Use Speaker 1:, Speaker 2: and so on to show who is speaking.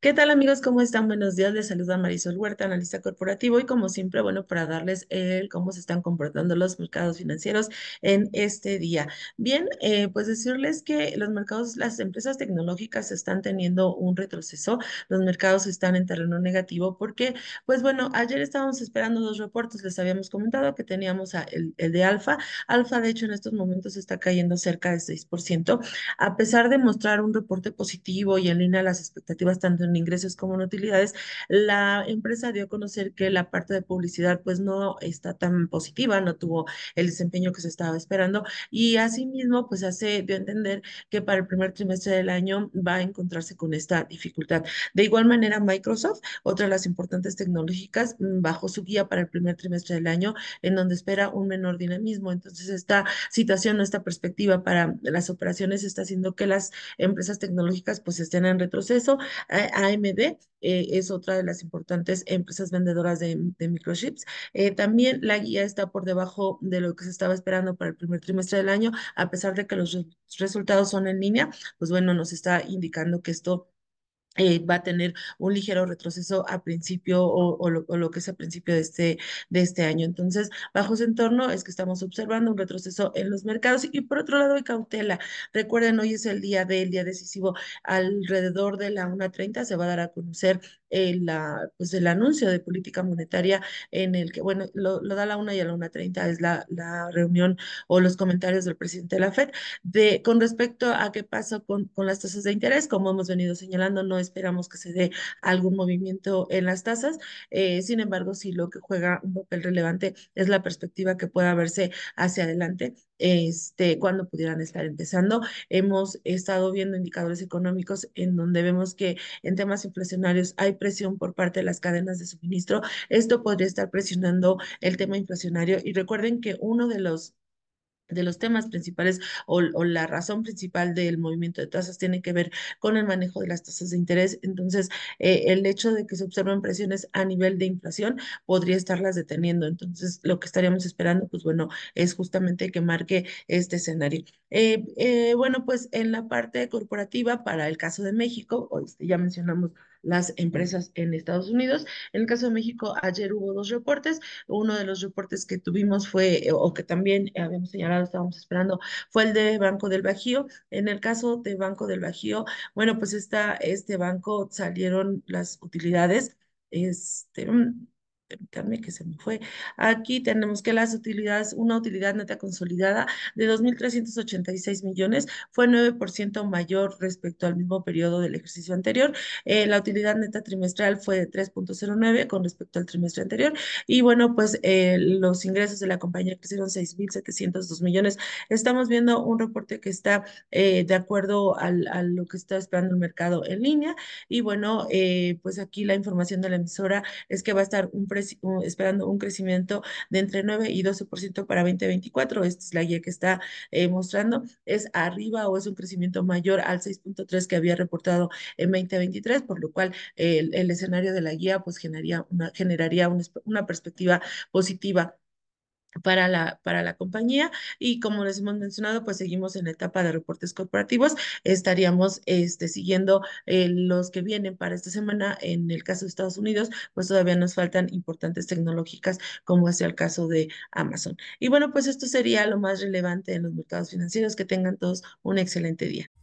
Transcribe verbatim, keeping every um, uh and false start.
Speaker 1: ¿Qué tal amigos? ¿Cómo están? Buenos días. Les saluda Marisol Huerta, analista corporativo y como siempre, bueno, para darles el cómo se están comportando los mercados financieros en este día. Bien, eh, pues decirles que los mercados, las empresas tecnológicas están teniendo un retroceso, los mercados están en terreno negativo porque, pues bueno, ayer estábamos esperando dos reportes, les habíamos comentado que teníamos a el, el de Alfa. Alfa, de hecho, en estos momentos está cayendo cerca de seis por ciento a pesar de mostrar un reporte positivo y en línea a las expectativas tanto en ingresos como en utilidades, la empresa dio a conocer que la parte de publicidad pues no está tan positiva, no tuvo el desempeño que se estaba esperando y asimismo pues hace dio a entender que para el primer trimestre del año va a encontrarse con esta dificultad. De igual manera, Microsoft, otra de las importantes tecnológicas, mm, bajó su guía para el primer trimestre del año en donde espera un menor dinamismo. Entonces, esta situación o esta perspectiva para las operaciones está haciendo que las empresas tecnológicas pues estén en retroceso. A- AMD eh, es otra de las importantes empresas vendedoras de, de microchips. Eh, también la guía está por debajo de lo que se estaba esperando para el primer trimestre del año, a pesar de que los re- resultados son en línea, pues bueno, nos está indicando que esto eh, va a tener un ligero retroceso a principio o, o lo, o lo que es a principio de este, de este año. Entonces, bajo ese entorno es que estamos observando un retroceso en los mercados y por otro lado hay cautela. Recuerden, hoy es el día del día decisivo. Alrededor de la una treinta se va a dar a conocer el, la, pues el anuncio de política monetaria en el que, bueno, lo, lo da a la una y a la una treinta es la, la reunión o los comentarios del presidente de la Fed. De, con respecto a qué pasa con, con las tasas de interés, como hemos venido señalando, no esperamos que se dé algún movimiento en las tasas. Eh, sin embargo, sí lo que juega un papel relevante es la perspectiva que pueda verse hacia adelante, este, cuando pudieran estar empezando. Hemos estado viendo indicadores económicos en donde vemos que en temas inflacionarios hay presión por parte de las cadenas de suministro. Esto podría estar presionando el tema inflacionario y recuerden que uno de los de los temas principales o, o, la razón principal del movimiento de tasas tiene que ver con el manejo de las tasas de interés. Entonces, eh, el hecho de que se observen presiones a nivel de inflación podría estarlas deteniendo. Entonces, lo que estaríamos esperando, pues bueno, es justamente que marque este escenario. Eh, eh, bueno, pues en la parte corporativa, para el caso de México, o este, ya mencionamos las empresas en Estados Unidos. En el caso de México, ayer hubo dos reportes. Uno de los reportes que tuvimos fue, eh, o que también habíamos señalado, estábamos esperando, fue el de Banco del Bajío. En el caso de Banco del Bajío, bueno, pues esta, este banco salieron las utilidades. Este, mm, permítanme que se me fue. Aquí tenemos que las utilidades, una utilidad neta consolidada de dos mil trescientos ochenta y seis millones, fue nueve por ciento mayor respecto al mismo periodo del ejercicio anterior. Eh, la utilidad neta trimestral fue de tres punto cero nueve con respecto al trimestre anterior y bueno, pues eh, los ingresos de la compañía crecieron seis mil setecientos dos millones. Estamos viendo un reporte que está eh, de acuerdo al, a lo que está esperando el mercado en línea. Y bueno, eh, pues aquí la información de la emisora es que va a estar un preci- un- esperando un crecimiento de entre nueve y doce por ciento para dos mil veinticuatro. Esta es la guía que está eh, mostrando. Es arriba o es un crecimiento mayor al seis punto tres que había reportado en dos mil veintitrés, por lo cual el, el escenario de la guía pues generaría una, generaría una, una perspectiva positiva para la, para la compañía y como les hemos mencionado, pues seguimos en etapa de reportes corporativos, estaríamos este, siguiendo eh, los que vienen para esta semana, en el caso de Estados Unidos, pues todavía nos faltan importantes tecnológicas como es el caso de Amazon. Y bueno, pues esto sería lo más relevante en los mercados financieros, que tengan todos un excelente día.